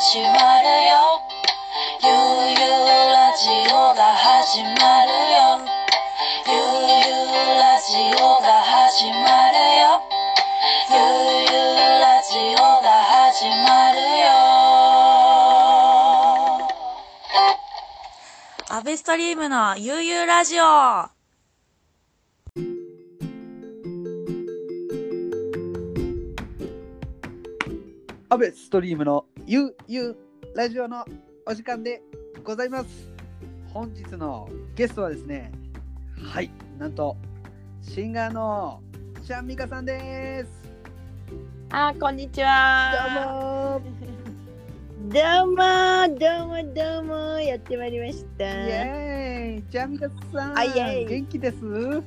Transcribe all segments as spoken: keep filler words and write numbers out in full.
始まるよ。ゆうゆうラジオが始まるよ。ゆうゆうラジオが始まるよ。ゆうゆうラジオが始まるよ。アベストリームのゆうゆうラジオ。 アベストリームのゆうゆうラジオのお時間でございます。本日のゲストはですね、はい、なんとシンガーのちゃんみかさんです。 あ、こんにちは。 どうもどうもどうもどうもやってまいりました。 イエーイ、ちゃんみかさん、 あ、イエーイ、 元気です。 はい、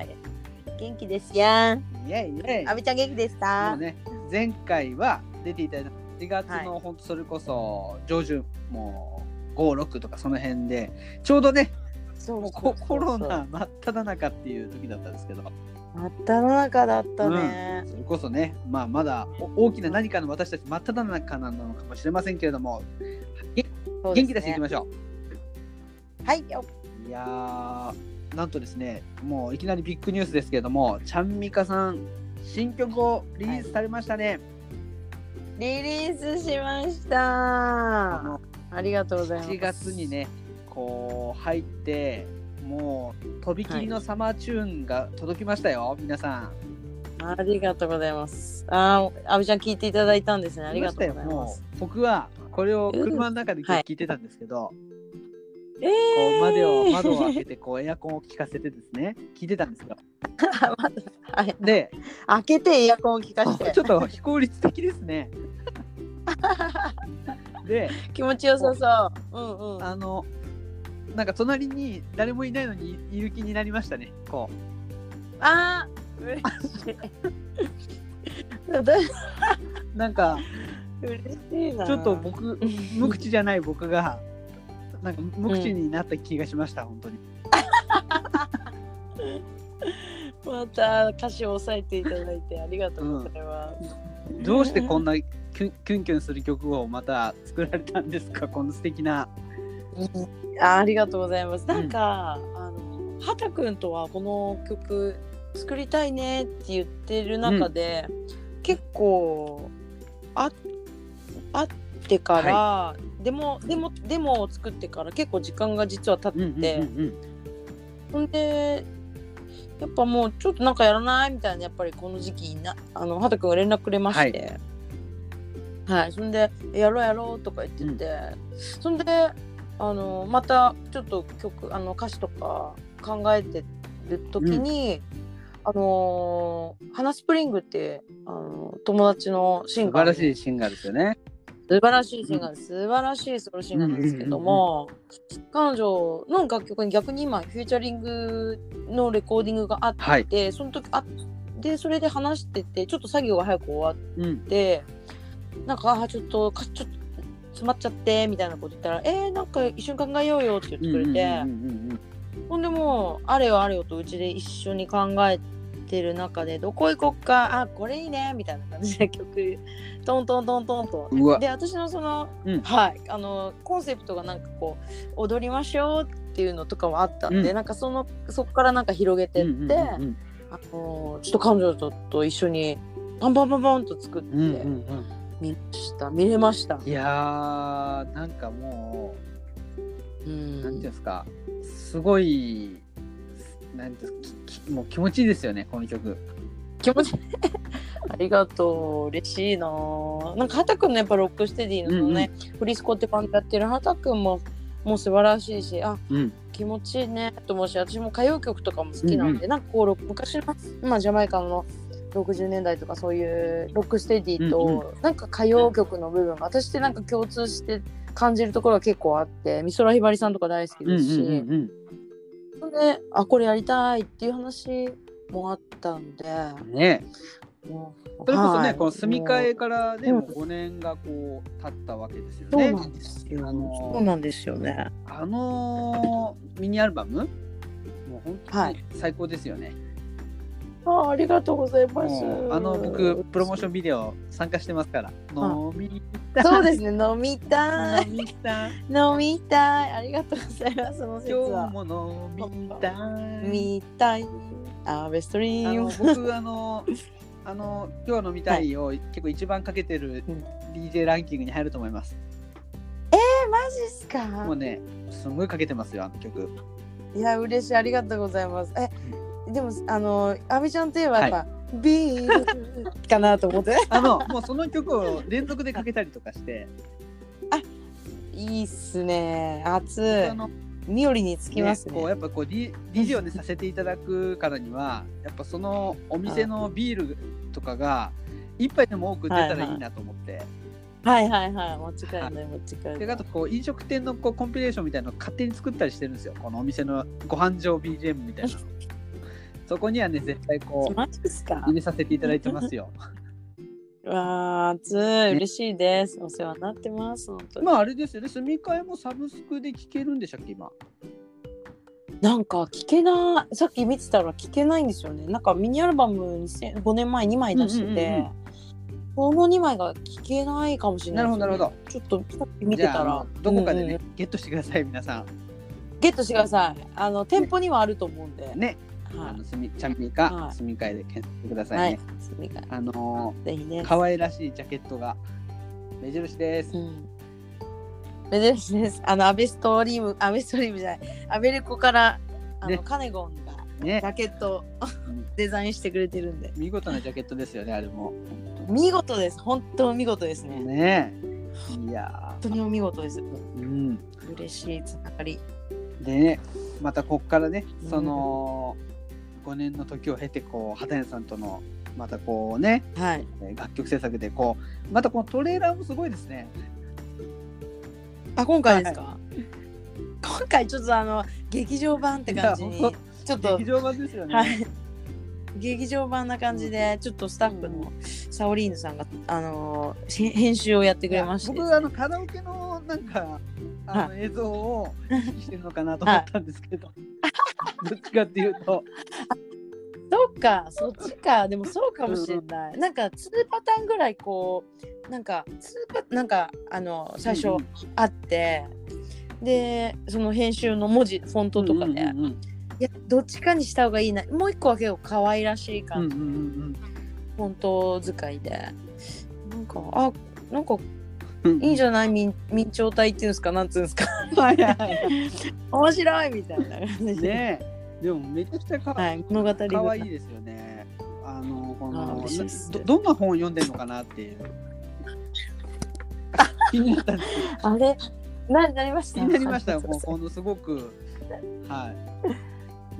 元気ですやん。 イエーイイエーイ。 あびちゃん元気ですか？ もうね、前回は出ていただいたしがつの、はい、ほんとそれこそ上旬、もうご、ろくとかその辺でちょうどね、そうそうそうそう、コロナ真っ只中っていう時だったんですけど、 真っ只中だったね、 うん、それこそね、まあ、まだ大きな何かの私たち真っ只中なのかもしれませんけれども、ね、元気出していきましょう。はいよ。 いやー、なんとですね、もういきなりビッグニュースですけれども、ちゃんみかさん新曲をリリースされましたね。はい、 リリースしました。あのありがとうございます。 しちがつにね、こう入ってもうとびきりのサマーチューンが届きましたよ、はい、皆さん。 ありがとうございます。ああ、あびちゃん聞いていただいたんですね。ありがとうございます。 もう僕はこれを車の中で聞いてたんですけど、 うん、はい、 こう窓を窓を開けてこうエアコンを効かせてですね、聞いてたんですよ。 はい、 で、 開けてエアコンを効かして、 ちょっと非効率的ですね。で、 気持ちよさそう。うんうん。 あのなんか隣に誰もいないのにいる気になりましたね。こう。ああ、嬉しい。 なんか嬉しいな。 ちょっと僕無口じゃない僕がなんか無口になった気がしました、うん、本当に。 また歌詞を押さえていただいてありがとうございます。 うん、どうしてこんなキュンキュンキュンする曲をまた作られたんですか、この素敵な。 うん、あ, ありがとうございます。なんか、うん、あの畑くんとはこの曲作りたいねって言ってる中で、うん、結構ああってから、はい、でもでもデモを作ってから結構時間が実は経って、うんうんうんうん、んでやっぱもうちょっとなんかやらないみたいな、やっぱりこの時期になあの畑くんが連絡くれまして、はい、はい、そんでやろうやろうとか言ってて、うん、そんであのまたちょっと曲あの歌詞とか考えてる時に、うん、あの花スプリングってあの友達のシンガー、 素晴らしいシンガーですよね。 素晴らしいシンガー、うん、素晴らしいソロシンガーなんですけども、うんうんうん、彼女の楽曲に逆に今フューチャリングのレコーディングがあって、はい、その時あでそれで話しててちょっと作業が早く終わって、うん、なんかあちょっとかちょっと詰まっちゃってみたいなこと言ったら、えー、なんか一緒に考えようよって言ってくれて、うんうんうんうん、ほんでもうあれよあれよとうちで一緒に考えてる中でどこ行こっか、あこれいいねみたいな感じで曲トントントントンと、で私のその、うん、はいあのコンセプトがなんかこう踊りましょうっていうのとかもあったんで、うん、なんかそのそこからなんか広げてって、うんうんうんうん、あのちょっと彼女とと一緒にパンパンパンパンと作って、うんうんうん、見ました見れました。 いやーなんかもう、うん、なんていうんですか、すごいなんてもう気持ちいいですよね、この曲。 気持ちいいありがとう、嬉しいな。なんか畑くんのやっぱロックステディのそのね、うんうん、フリスコってバンドやってる畑くんももう素晴らしいし、あ、うん、気持ちいいねと思うし、私も歌謡曲とかも好きなんで、うんうん、なんかこう昔の、まあ、ジャマイカのろくじゅうねんだいとかそういうロックステディと、うんうん、なんか歌謡曲の部分が私ってなんか共通して感じるところが結構あって、美空ひばりさんとか大好きですし、うんうんうんうん、であこれやりたいっていう話もあったんでね、もうそれこそね、はい、この住み替えからでもごねんがこう経ったわけですよね。 そうなんですよ、あのそうなんですよね。 あのミニアルバムもう本当に最高ですよね。 はい、 あ、ありがとうございます。 もうあの僕プロモーションビデオ参加してますから。飲みたい。 そうですね、飲みたい。 飲みたい。 飲みたい。ありがとうございます。その説は。 今日も飲みたい。 飲みたい。アベストリあのーム。 僕あのあの今日飲みたいを結構一番かけてる ディージェー ランキングに入ると思います。 えー、マジっすか。 もうね、すごいかけてますよあの曲。 いや嬉しい、ありがとうございます。え、でもあの阿部ちゃんといえばやっぱ、はい、ビールかなと思って。 あのもうその曲を連続でかけたりとかして。 あ、いいっすね。熱い。みよりにつきますね。 ね、こうやっぱこう D ディージェー をねさせていただくからにはやっぱそのお店のビールとかが一杯でも多く出たらいいなと思って。 はいはいはい、間違いない間違いない。 であとこう飲食店のこうコンピレーションみたいなのを勝手に作ったりしてるんですよ。このお店のご飯上 ビージーエム みたいなの。そこにはね絶対こう入れさせていただいてますよ。 わあ、熱い、嬉しいです。お世話になってます。本当に。 まああれですよね。住み替えもサブスクで聞けるんでしたっけ今。 なんか聞けない、さっき見てたら聞けないんですよね。なんかミニアルバムごねんまえにまい出してて、うんうんうんうん、このにまいが聞けないかもしれないです、ね。なるほどなるほど。ちょっとさっき見てたらどこかでね、うんうん、ゲットしてください皆さん。 ゲットしてください。あの店舗にはあると思うんで。 ね。はい、あのすみチャミか、はい、住み替えで検索くださいね。はい、住み替え。あのー、ぜひね。可愛らしいジャケットが目印です。うん、 目印です。あのアベストリーム、アベストリームじゃない、アベレコからあの、ね、カネゴンがジャケットを、ね、デザインしてくれてるんで。 見事なジャケットですよねあれも。 見事です。本当見事ですね。 ね。いや本当にお見事です。うん。嬉しいつながり。 でね、またこっからね、その、うん、ごねんの時を経てこう畑谷さんとのまたこうね、はい、楽曲制作でこうまたこのトレーラーもすごいですね。 あ、今回ですか、はい、今回ちょっとあの劇場版って感じにちょっと劇場版ですよね、 はい、劇場版な感じでちょっとスタッフのサオリーヌさんが、あのー、編集をやってくれまして、 僕あのカラオケのなんかあの映像を意識してるのかなと思ったんですけど、どっちかっていうとそうか、そっちか。でもそうかもしれない、うん、なんかにパターンぐらいこうなんかにパなんかあの最初あって、うん、でその編集の文字フォントとかで、うんうんうんうん、いやどっちかにした方がいいな。もう一個は結構可愛らしい感じ、うんうんうん、フォント使いでなんかあなんかいいんじゃない、明朝体っていうんですか、なんつうんですかはいはいはい面白いみたいな感じでね。でもめちゃくちゃか、 はい、物語が可愛いですよね。あのこの ど, どんな本を読んでるのかなっていう気になったんですけど。 あれななりました気になりましたよ。もうこのすごくはい。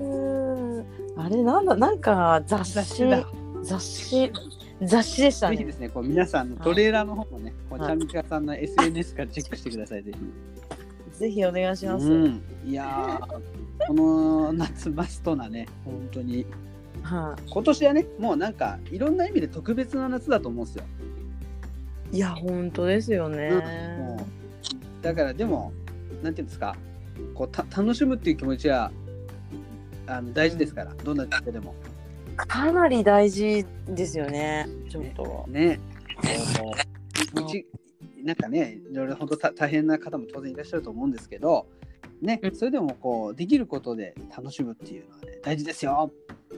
うーんあれなんだなんか雑誌だ雑誌雑誌でしたね。 ぜひですねこう皆さんのトレーラーの方もね、こうチャミカさんの エスエヌエス からチェックしてくださいぜひ。 ぜひお願いします。 うん、いやこの夏マストなね本当に、はあ、今年はねもうなんかいろんな意味で特別な夏だと思うんですよ。 いや本当ですよね、うん、もうだからでもなんていうんですかこうた楽しむっていう気持ちはあの大事ですから、うん、どんな時でもかなり大事ですよね。ちょっとねねうちなんかねいろいろ本当大変な方も当然いらっしゃると思うんですけどね、それでもこうできることで楽しむっていうのはね大事ですよ。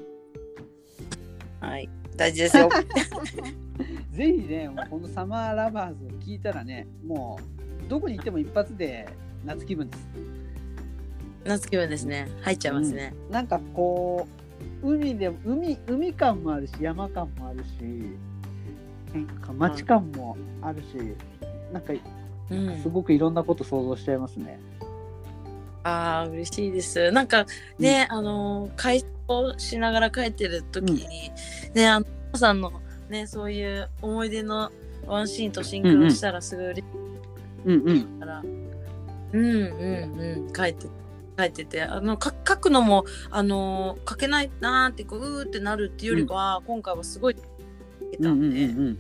はい大事ですよぜひねもうこのサマーラバーズを聞いたらねもうどこに行っても一発で夏気分です。 夏気分ですね。入っちゃいますね、 うん、なんかこう海で海海感もあるし山感もあるしなんか街感もあるし、うん、なんかすごくいろんなこと想像しちゃいますね。 あー嬉しいです。なんかね、うん、あの会話しながら帰ってる時に、うん、ねあの皆さんのねそういう思い出のワンシーンとシンクロしたらすぐ嬉しいから、うんうん、うんうんうん帰って帰っててあのか書くのもあの書けないなーってこううーってなるっていうよりは、うん、今回はすごい書けたんで。うんうんうんうん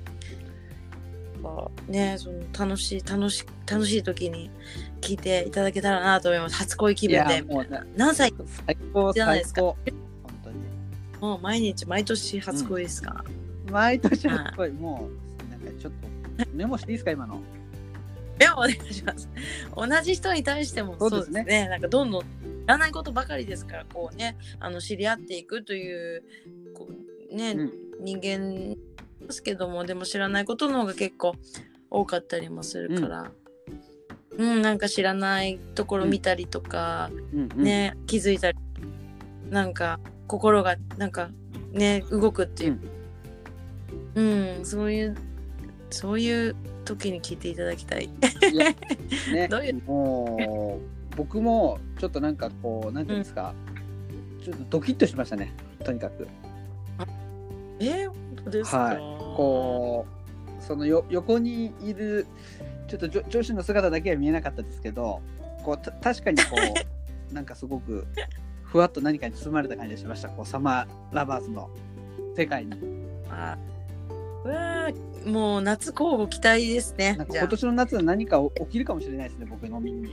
ね、その楽しい楽しい楽しい時に聞いていただけたらなと思います。初恋気分で何歳最高じゃないですか。 本当にもう毎日毎年初恋ですか、 うん、毎年初恋、もうなんかちょっとメモしていいですか今の。 でもお願いします。同じ人に対してもそうですね。ですね、なんかどんどん知らないことばかりですから、こうね、あの知り合っていくというこうね、うん、人間ですけども、でも知らないことの方が結構多かったりもするから、うん、うん、なんか知らないところ見たりとか、うん、ね、気づいたり、なんか心がなんかね動くっていう、うん、うん、そういうそういう時に聞いていただきたい。いやね、どういうもう僕もちょっとなんかこうなんていうんですか、うん、ちょっとドキッとしましたね、とにかく。 えー、本当ですか。 はい、こうそのよ横にいるちょっと女子の姿だけは見えなかったですけど、こうた確かにこうなんかすごくふわっと何かに包まれた感じがしました。こうサマーラバーズの世界に。 あうわもう夏交互期待ですね。 なんか今年の夏は何か起きるかもしれないですね、僕の身に。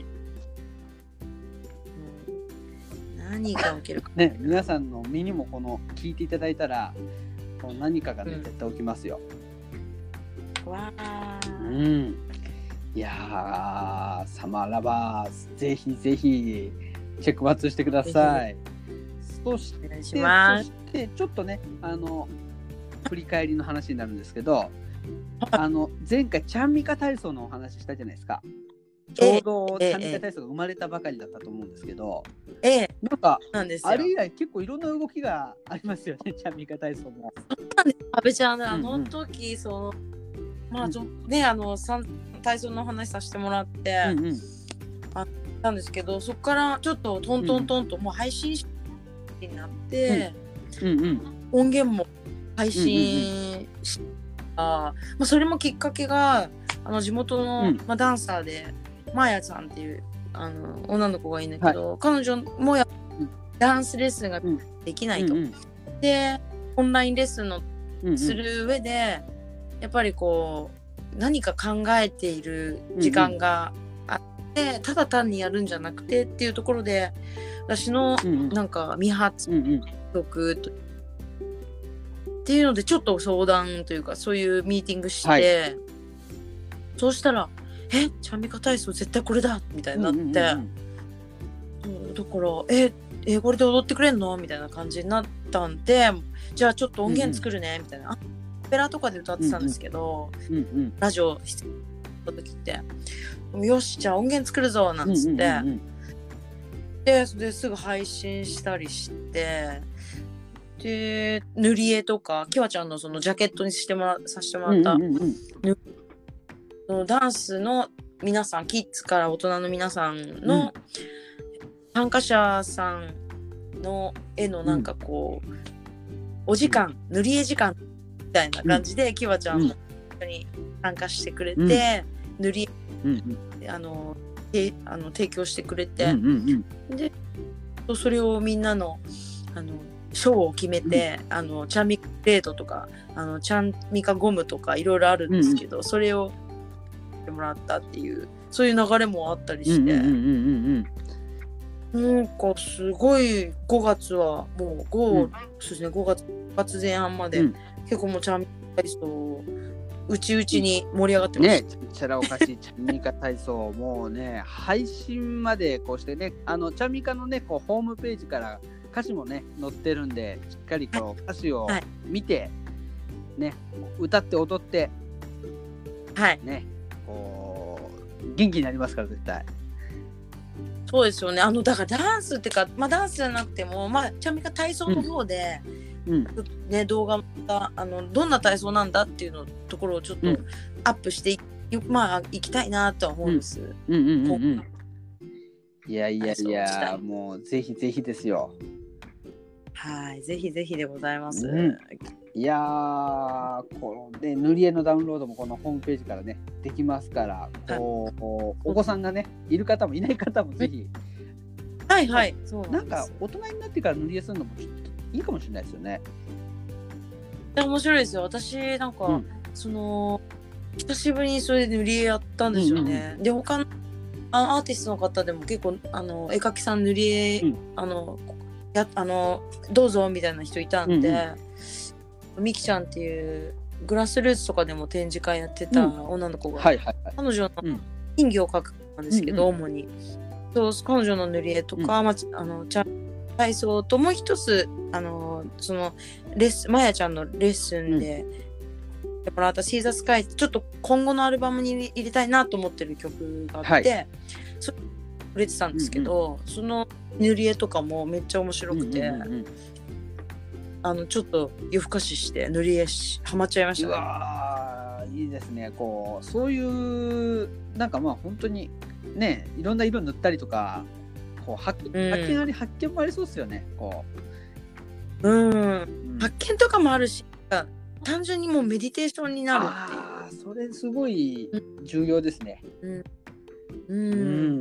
何が起きるかね、皆さんの身にもこの聞いていただいたらこう何かがね、うん、絶対起きますよ。 わー、 うん、いやーサマーラバーズぜひぜひチェックバツしてください。そしてお願いします。そしてちょっとねあの振り返りの話になるんですけど、あの前回ちゃんみか体操のお話したじゃないですか。ちょうどちゃんみか体操が生まれたばかりだったと思うんですけど、 ええ、 なんかなんですよ。 あれ以来結構いろんな動きがありますよね、ちゃんみか体操も。 そうなんです。阿部ちゃん、あの時、うんうん、そのまあちょ、うん、ねあの体操の話させてもらって、うんうん、あったんですけど、そこからちょっとトントントンともう配信になって、うんうんうん、音源も配信した、うんうんうん、まあ、それもきっかけがあの地元の、うんまあ、ダンサーでマーヤさんっていうあの女の子がいるんだけど、はい、彼女もやダンスレッスンができないと、うんうんうん、でオンラインレッスンのする上で、うんうん、やっぱりこう何か考えている時間があって、うんうん、ただ単にやるんじゃなくてっていうところで私のなんか未発曲と、うんうんっていうのでちょっと相談というかそういうミーティングして、はい、そうしたらえちゃんみか体操絶対これだみたいになって、うんうんうん、だからええこれで踊ってくれんのみたいな感じになったんで、じゃあちょっと音源作るね、うんうん、みたいな、オペラとかで歌ってたんですけど、うんうん、ラジオしてた時ってよしじゃあ音源作るぞなんつって、うんうんうん、でそれですぐ配信したりしてで塗り絵とかきわちゃんのそのジャケットにしてもらさせてもらった、うんうんうん、ダンスの皆さんキッズから大人の皆さんの参加者さんの絵のなんかこう、うん、お時間塗り絵時間みたいな感じで、うん、きわちゃんも一緒に参加してくれて、うん、塗り絵、うんうん、あのてあの提供してくれて、うんうんうん、でそれをみんなのあの賞を決めて、うん、あのちゃんみかレートとかあのちゃんみかゴムとかいろいろあるんですけど、うん、それをしてもらったっていうそういう流れもあったりして、うんうんうんうん、なんかすごいごがつはもう 5,、うん、そうですね、ごがつごがつぜん半まで、うん、結構もうちゃんみか体操うちうちに盛り上がってました、 ね、チャラおかしいちゃんみか体操もうね配信までこうしてねあのちゃんみかのねこうホームページから歌詞もね載ってるんでしっかりこう歌詞を見て、はい、ね歌って踊ってはいねこう元気になりますから絶対。 そうですよね。あのだからダンスっていうかまあダンスじゃなくてもまあちゃんみか体操の方で、うんうんね、動画があのどんな体操なんだっていうのところをちょっとアップしてい、うん、まあ行きたいなとは思うんです。うんうんうんうん、 いやいやいやもうぜひぜひですよ。 はいぜひぜひでございます。うん、 いやーこの、ね、塗り絵のダウンロードもこのホームページからねできますからこう、はい、お子さんがねいる方もいない方もぜひ、 はいはいそうなんです。なんか大人になってから塗り絵するのもちょっといいかもしれないですよね。 面白いですよ。私なんか、うん、その久しぶりにそれで塗り絵やったんですよね、うんうんうん、で他のアーティストの方でも結構あの絵描きさん塗り絵、うん、あのやあのどうぞみたいな人いたんで、 うんうん、みきちゃんっていうグラスルーツとかでも展示会やってた女の子が、 はいはいはい、 彼女の金魚を描くんですけど、 うん主にそう彼女の塗り絵とか、うん、まあ、あのちゃ体操ともう一つあのそのレッスンまやちゃんのレッスンで、うん、もらったシーザースカイちょっと今後のアルバムに入れたいなと思ってる曲があって、はい、それ売れてたんですけど、うんうん、その塗り絵とかもめっちゃ面白くて、うんうんうん、あのちょっと夜更かしして塗り絵しハマっちゃいましたね。 うわいいですね。こうそういうなんかまあ本当にねいろんな色塗ったりとかこう発見、うん、発見あり発見もありそうですよね。こう、うんうん、発見とかもあるし単純にもうメディテーションになるっていう。 あそれすごい重要ですね。 うんうん、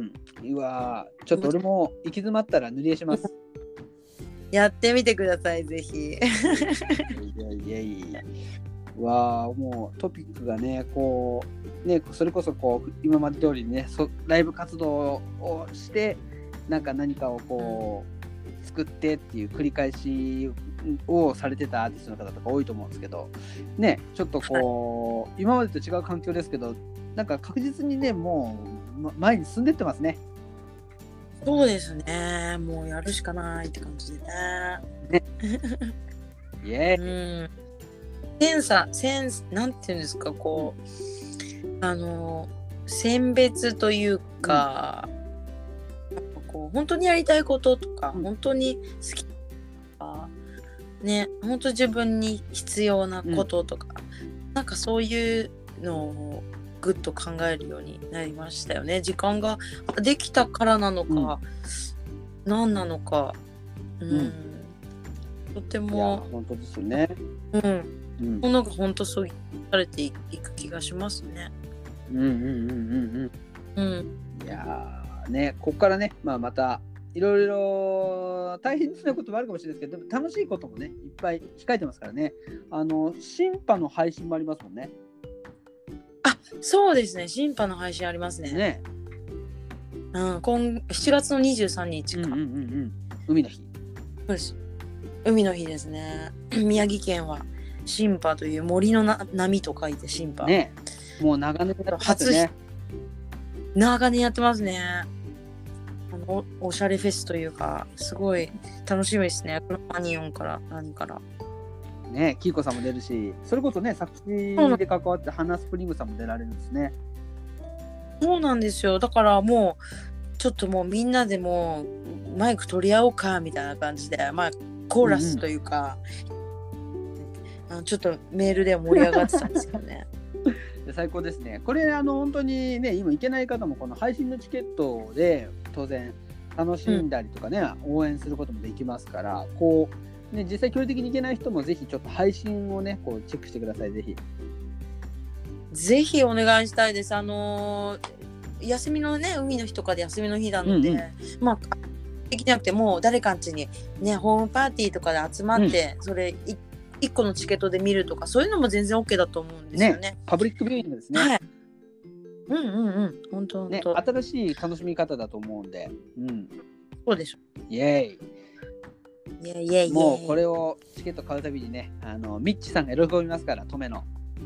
うん、うわちょっと俺も行き詰まったら塗り絵します。 やってみてくださいぜひ。いやいやいやうわもうトピックがねこうねそれこそこう今まで通りにねそライブ活動をしてなんか何かをこう作ってっていう繰り返しをされてたアーティストの方とか多いと思うんですけどねちょっとこう、はい、今までと違う環境ですけどなんか確実にねもう前に進んでってますね。 そうですねもうやるしかないって感じでね。 ねイエーイ、 うん、センサセンスなんていうんですかこうあの選別というか、うん、なんかこう本当にやりたいこととか、うん、本当に好きとかね本当自分に必要なこととか、うん、なんかそういうのをぐっと考えるようになりましたよね。時間ができたからなのか、うん、何なのか、うんうん、とても本当ですよね。 うんうん、ものが本当そうされていく気がしますね。 うんうんうんうんうん。うん、いやねここからね、まあ、またいろいろ大変なこともあるかもしれないですけどでも楽しいこともねいっぱい控えてますからね。あのシンパの配信もありますもんね。 あそうですねシンパの配信ありますね。 ねうん、今しちがつのにじゅうさんにちか、うんうんうんうん、海の日そうです海の日ですね。宮城県はシンパという森のな波と書いてシンパねもう長年やってますね。 長年やってますね。あの お, おしゃれフェスというかすごい楽しみですね。このマニオンから何からねキーコさんも出るしそれこそね作詞で関わってハナスプリングさんも出られるんですね。 そうなんですよ。だからもうちょっともうみんなでもうマイク取り合おうかみたいな感じでまあコーラスというか、うんうん、あのちょっとメールで盛り上がってたんですよね。 最高ですね。これあの本当にね今行けない方もこの配信のチケットで当然楽しんだりとかね、うん、応援することもできますからこう、ね、実際距離的に行けない人もぜひちょっと配信をねこうチェックしてください。ぜひぜひお願いしたいです。あのー、休みのね海の日とかで休みの日なので、うんうん、まあできなくても誰かん家にねホームパーティーとかで集まって、うん、それいっこのチケットで見るとかそういうのも全然 OK だと思うんですよね。 ねパブリックビューイングですね。 はい。うんうんうん本当ね新しい楽しみ方だと思うんで、うん、 そうでしょ。 イエーイ。 イエーイイエーイ。 もうこれをチケット買うたびにねあのミッチさんが喜びますから登米の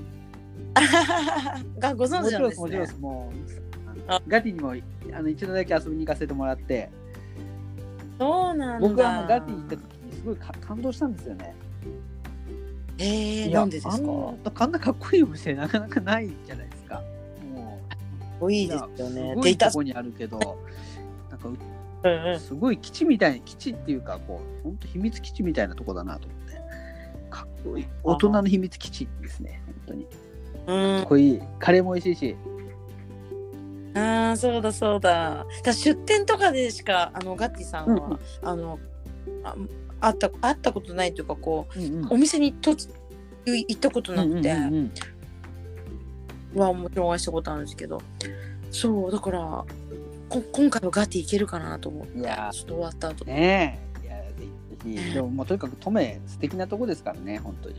がご存知なんですね。 もちろんですもうガティにもあの一度だけ遊びに行かせてもらってそうなんだ。 僕はあのガティ行った時にすごい感動したんですよね。 えー、なんでですか。 あんなかっこいいお店なかなかないじゃないですか。もういいですよね。 すごいとこにあるけどなんか、うんうん、すごい基地みたいな基地っていうかこう本当秘密基地みたいなとこだなと思ってかっこいい大人の秘密基地ですね本当に。かっこいい。カレーも美味しいし。 ああそうだそうだ。だ出店とかでしかあのガッティさんは、うんうん、あのあ会った会ったことないというかこう、うんうん、お店にと行ったことなくて、うんうんうん、はもちろんお会いしたことあるんですけど、そうだからこ今回はガッティ行けるかなと思って。いやちょっと終わった後ねえいやぜひぜひでももうとにかく登米素敵なとこですからね本当に。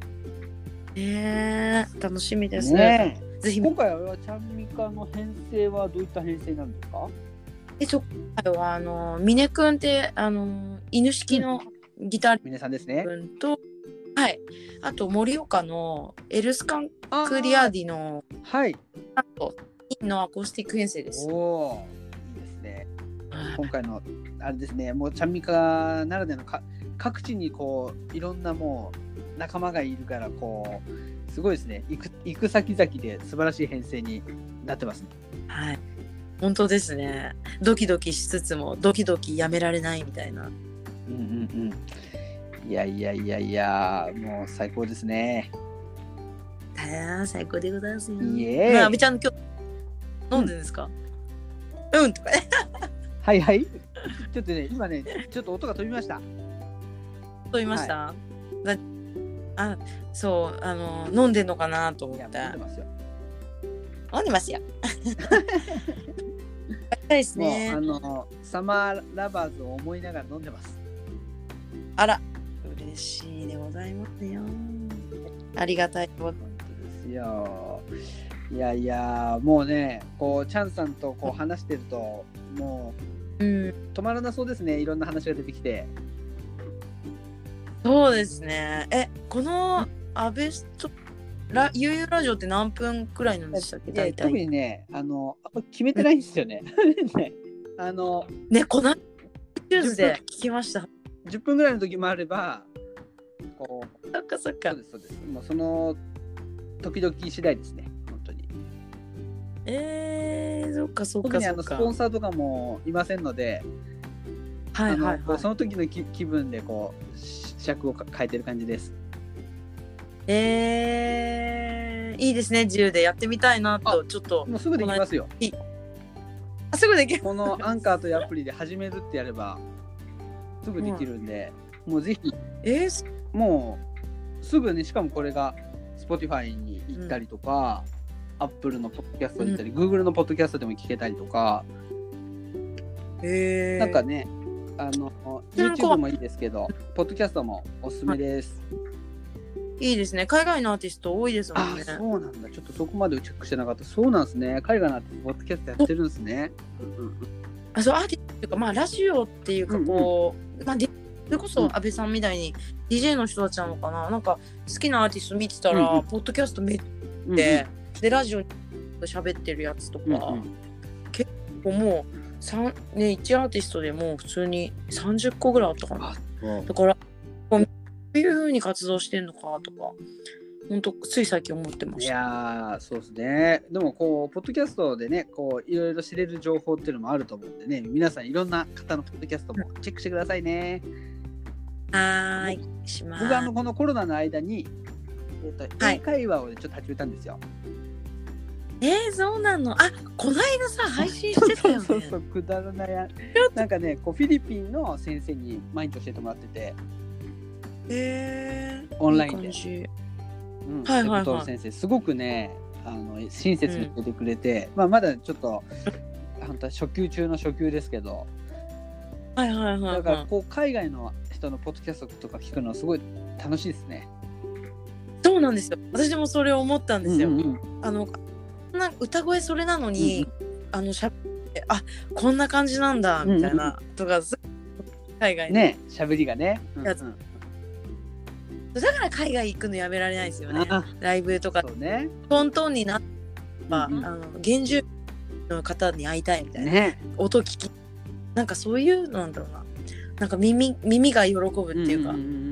えー、楽しみですね。 ぜひ今回はチャンミカの編成はどういった編成なんですか？ でそこはあの峰くんってあの犬式のギタ皆さんですね。 リ君と、はい、あと盛岡のエルスカンクリアーディのはい。 あとのアコースティック編成です。 おお、いいですね。今回のあれですね、もうちゃんみかならでのか各地にこういろんなもう仲間がいるからこうすごいですね。行く行く先々で素晴らしい編成になってますね。 はい。本当ですね。ドキドキしつつもドキドキやめられないみたいな。 うんうんうん。いやいやいやいや、もう最高ですね。 ああ、最高でございますよ。 イエーイ。 まあ、阿部ちゃん今日飲んでるんですか？うん、うん、とかね。 はいはい。ちょっとね、今ね、ちょっと音が飛びました。 飛びました。はい、あ、そう、あの飲んでんのかなと思って。 飲んでますよ。 飲んでますよ。ですね。 もうあのサマーラバーズを思いながら飲んでます。 あら、嬉しいでございますよ。ありがたいことですよ。いやいや、もうね、こうチャンさんとこう話してると、もう、うん、止まらなそうですね。いろんな話が出てきて。 そうですね。え、このアベストラユーユーラジオって何分くらいなんでしたっけ？大体。 特にね、あの決めてないんですよね。ね、あのね、このニュースで聞きました。 じゅっぷんぐらいの時もあれば、こうそっかそっか。 そうですそうです。もうその時々次第ですね。本当に。 えー、そっかそっかそっか。 特にあのスポンサーとかもいませんので、 はいはいはい、 あのその時の気気分でこう尺を変えてる感じです。 えー、いいですね。自由でやってみたいなとちょっと。 もうすぐできますよ。 あ、すぐできる。 このアンカーというアプリで始めるってやればすぐできるんで、うん、もうぜひ、 えー、 もうすぐね、しかもこれが Spotify に行ったりとか、うん、Apple のポッドキャストに行ったり、うん、Google のポッドキャストでも聞けたりとか、 えー、 なんかね、あの YouTube もいいですけど、ポッドキャストもおすすめです。 いいですね。海外のアーティスト多いですもんね。 あ、そうなんだ。ちょっとそこまでチェックしてなかった。そうなんですね。海外のアーティストポッドキャストやってるんですね。 うんうん、あ、そうアーティストっていうか、まあラジオっていうかこう、うんうん、まあでそれこそ安倍さんみたいに ディージェー の人たちなのかな。なんか好きなアーティスト見てたら、うんうん、ポッドキャストめっちゃで、うんうん、でラジオに喋ってるやつとか、うんうん、結構もうさんねいちアーティストでもう普通にさんじゅっこぐらいあったかな。うん、だからこういう風に活動してんのかとか。本当つい最近思ってました。 いやー、そうですね。でもこうポッドキャストでね、こういろいろ知れる情報っていうのもあると思うんでね、皆さんいろんな方のポッドキャストもチェックしてくださいね。 はーい、します。 僕はあのこのコロナの間に、えーと、英会話をちょっと始めたんですよ。 えー、そうなの。あ、この間さ配信してたよね。 そうそうそう、くだらないや。なんかね、こうフィリピンの先生に毎日教えてもらってて、 えー、 オンラインで。 いい感じ。 うん、 はいはいはい、 先生すごくね、あの親切に出てくれて、うん、まあ、まだちょっと本当は初級中の初級ですけど、 はいはいはい、はい、 だからこう海外の人のポッドキャストとか聞くのすごい楽しいですね。 そうなんですよ。私もそれを思ったんですよ。 うんうん、 あのな歌声それなのに、うんうん、あのしゃべあこんな感じなんだみたいな、うんうん、とか海外ね喋りがね、うんうん、 だから海外行くのやめられないですよね。ライブとかそうね、 トントンになってば、うんうん、あの原住の方に会いたいみたいな、ね、音聞きなんかそういうのなんだろうな、なんか 耳, 耳が喜ぶっていうか、うんうんうんうん、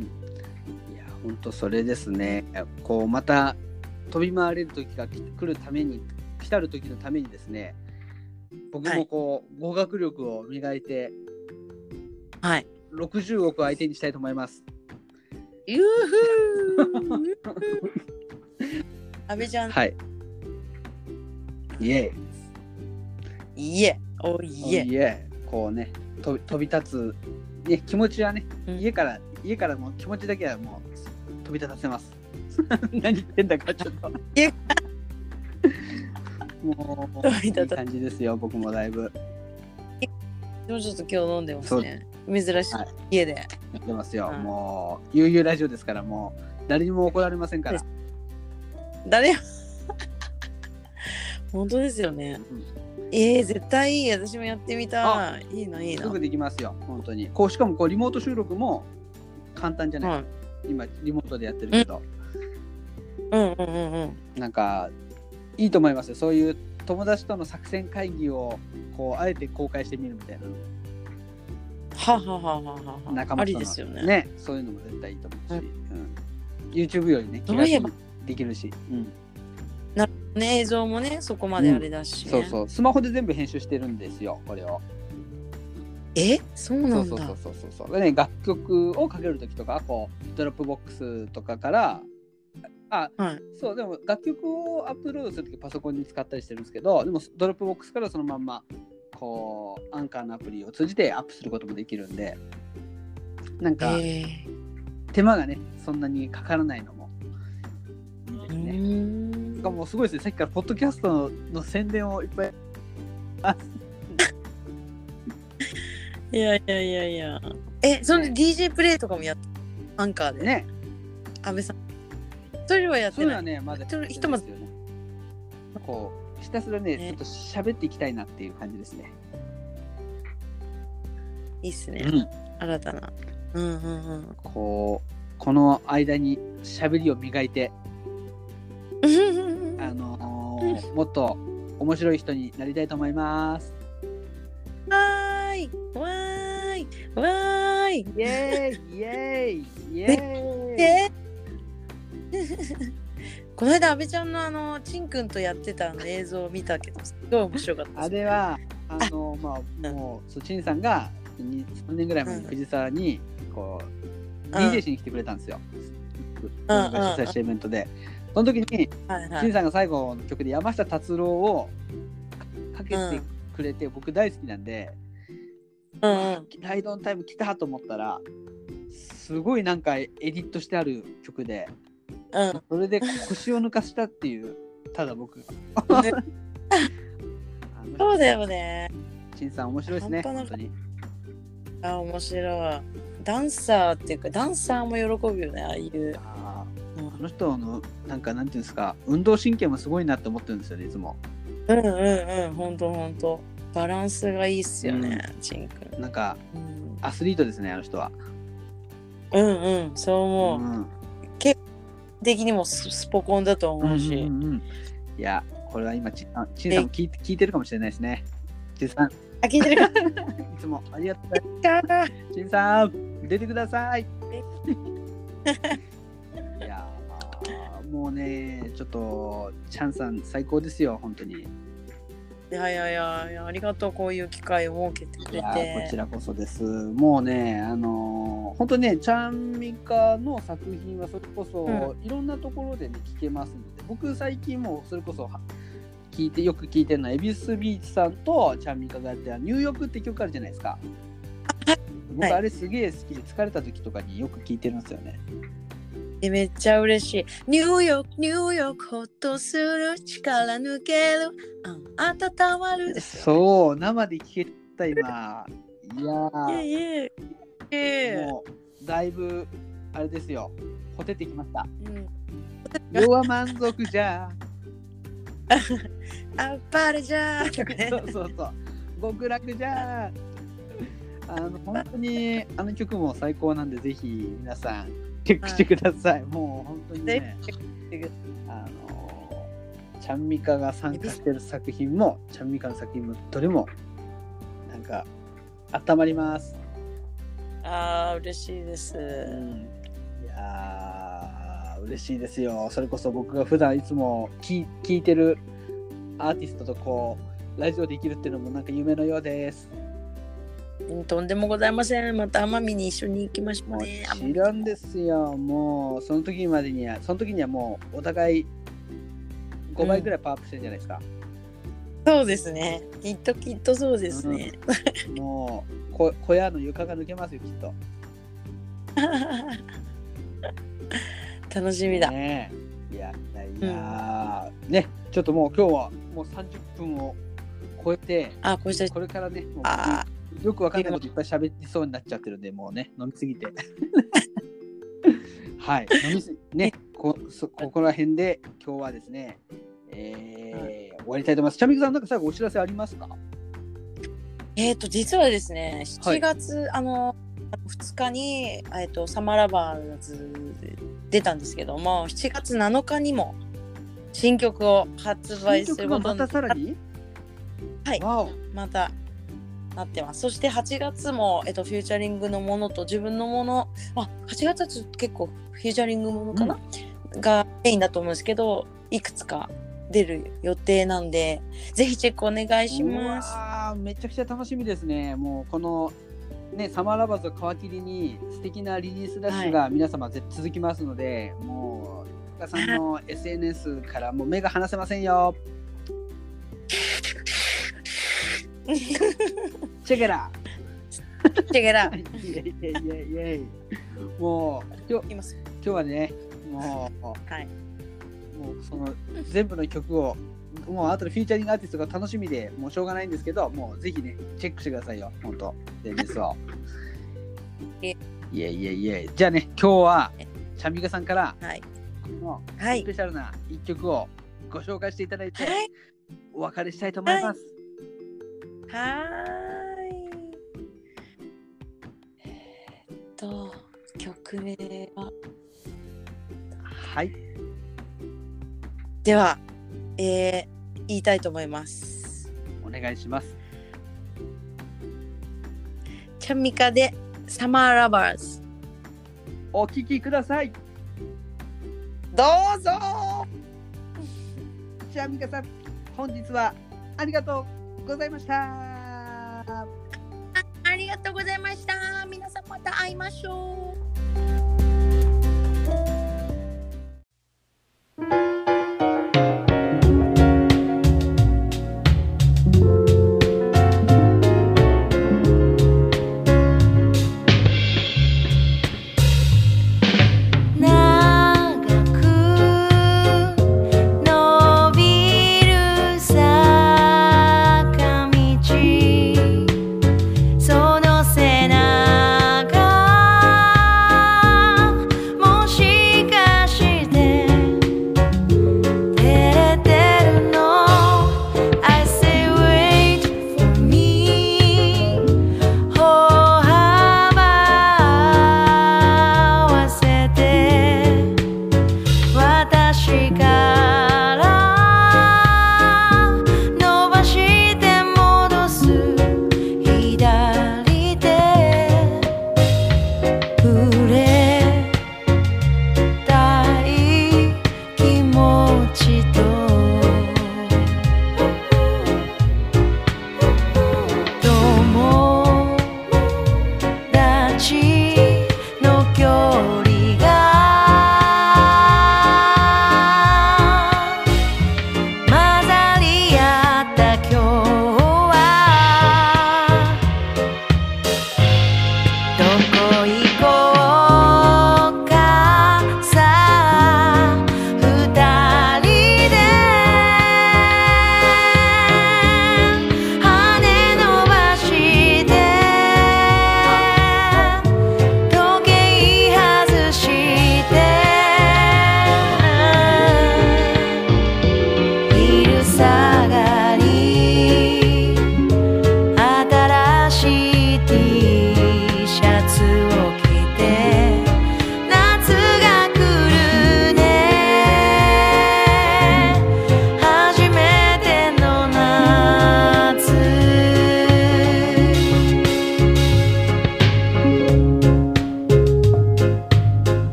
いや本当それですね。こうまた飛び回れる時が来るために来たる時のためにですね、僕もこう、はい、語学力を磨いて、 はい、 ろくじゅうおく相手にしたいと思います。 ゆーふー阿部ちゃん、 はい、イエーイエーおイエーイエーこうね飛び、飛び立つ、ね、気持ちはね、うん、家から家からもう気持ちだけはもう飛び立たせます何言ってんだかちょっともういい感じですよ。僕もだいぶでもちょっと今日飲んでますね。珍しい、はい、家でやってますよ、はい、もう悠々ラジオですから、もう誰にも怒られませんから。 誰本当ですよね、 えー、絶対いい。私もやってみたい。いいな、いいな。 すぐできますよ、本当に。こうしかもこうリモート収録も簡単じゃない、はい、今リモートでやってるけど、 うん、うんうんうんうんなんかいいと思いますよ。そういう友達との作戦会議をこうあえて公開してみるみたいな。 はははははは。 仲間とのありですよね。 ね、そういうのも絶対いいと思うし、うん、YouTube よりね気軽にできるし、うん、 なね、映像もねそこまであれだし、ね、 うん、そうそうスマホで全部編集してるんですよこれを。 え、そうなんだ。 そうそうそうそうそうでね、楽曲をかけるときとかこうドロップボックスとかからあ、はい、そうでも楽曲をアップロードするときパソコンに使ったりしてるんですけど、でもドロップボックスからそのまんまこうアンカーのアプリを通じてアップすることもできるんで、なんか手間がねそんなにかからないのもいいですね。しかもすごいですね、さっきからポッドキャスト の, の宣伝をいっぱいあいやいやいやいや、え、その ディージェー プレイとかもやってアンカーでね、 安倍さんそれはやってない。 それはねまだひとまずこうひたすらね、ね、ちょっと喋っていきたいなっていう感じですね。 いいっすね、うん、新たな、うんうんうん、 こうこの間に喋りを磨いてあのー、もっと面白い人になりたいと思います。 わーいわーいわーいイエーイイエーイイエーイこの間阿部ちゃんのあのちんくんとやってたの映像を見たけどすごい面白かった。 あれはあのまあもうちんさんがさんねんぐらい前に藤沢にこう、うん、ディージェー しに来てくれたんですよ。僕が主催したイベントで、その時にちん、はいはい、さんが最後の曲で山下達郎をかけてくれて、うん、僕大好きなんで、うん、ライドオンタイム来たと思ったらすごいなんかエディットしてある曲で、うん、それで腰を抜かしたっていうただ僕がそうだよね。 ちんさん面白いですね本当に。 あ、面白い。ダンサーっていうかダンサーも喜ぶよね、ああいう。 あ、うん、あの人のなんかなんていうんですか、運動神経もすごいなって思ってるんですよねいつも。 うんうんうん、ほんとほんとバランスがいいっすよね、うん、ちんくん。 なんか、うん、アスリートですねあの人は。 うんうん、そう思う、うん、結果的にも ス, スポコンだと思うし、うんうんうん、 いやこれは今ちんさんも聞いて聞いてるかもしれないですね。ちんさんあ、聞いてるかいつもありがとうございます。ちんさん出てください。いやもうねちょっとチャンさん最高ですよ本当に。 いやいやいやいや、ありがとう、こういう機会を設けてくれて。いやこちらこそです。もうねあのー、本当ねちゃんみかの作品はそれこそ、うん、いろんなところで、ね、聞けますので、僕最近もそれこそ聞いてよく聞いてるのは恵比寿ビーチさんとちゃんみかがやってるニューヨークって曲あるじゃないですか。僕あれすげえ好きで疲れた時とかによく聞いてるんですよね。 え、めっちゃ嬉しい。ニューヨークニューヨークほっとする力抜ける、うん、温まるですよ、ね、 そう生で聞けた今。いやーいえいえもうだいぶあれですよ、ほてってきました、うん、世は満足じゃあっぱれじゃーそうそうそう極楽じゃーあの本当にあの曲も最高なんでぜひ皆さんチェックしてください、はい、もう本当にねあのちゃんみかが参加してる作品もちゃんみかの作品もどれもなんか温まります。 あー嬉しいです、うん、 いやー嬉しいですよ。それこそ僕が普段いつも聴いてるアーティストとこうラジオできるっていうのもなんか夢のようです。 とんでもございません。また奄美に一緒に行きましょうね。 もちろんですよ。もうその時までにはその時にはもうお互いごばいぐらいパワーアップしてるんじゃないですか、 うん、そうですね、きっときっとそうですね、 うん、もうこ小屋の床が抜けますよきっと楽しみだ、 ね、いやいや、うん、ねちょっともう今日はもうさんじゅっぷんを超えて、 あこれからねもうよくわかんないこといっぱい喋ってそうになっちゃってるんでもうね飲みすぎてはい飲みすねこそここら辺で今日はですね、えー、終終わりたいと思います。ちゃみくさん、なんか最後お知らせありますか？ えっ、ー、と実はですね、しちがつ、はい、あのふつかに、えー、とサマーラバーズ出たんですけども、しちがつなのかにも新曲を発売することになって、またさらに、はい、またなってます。そしてはちがつも、えっと、フューチャリングのものと自分のもの、あ、はちがつはちょっと結構フューチャリングものかな、うん、がメインだと思うんですけど、いくつか出る予定なんで、ぜひチェックお願いします。 うわ、めちゃくちゃ楽しみですね。もうこのね、サマーラバーズを皮切りに素敵なリリースダッシュが皆様、はい、続きますので、もう岡さんの エスエヌエス からもう目が離せませんよ。チェケラチェケライエイイエイイエイ。もう今日、今日はね、もう、はい、もうその全部の曲をもうあとでフィーチャリングアーティストが楽しみでもうしょうがないんですけど、もうぜひねチェックしてくださいよ、本当伝説を。イエイイエイイエイ。じゃあね、今日はチャミガさんから、はい、このスペシャルな一曲をご紹介していただいて、はい、お別れしたいと思います。 はい、はいえー、っと曲名ははい。 では、えー、言いたいと思います。 お願いします。 チャミカでサマーラバーズ、 お聴きください。 どうぞ。 チャミカさん、本日はありがとうございました。 あ、ありがとうございました。皆さんまた会いましょう。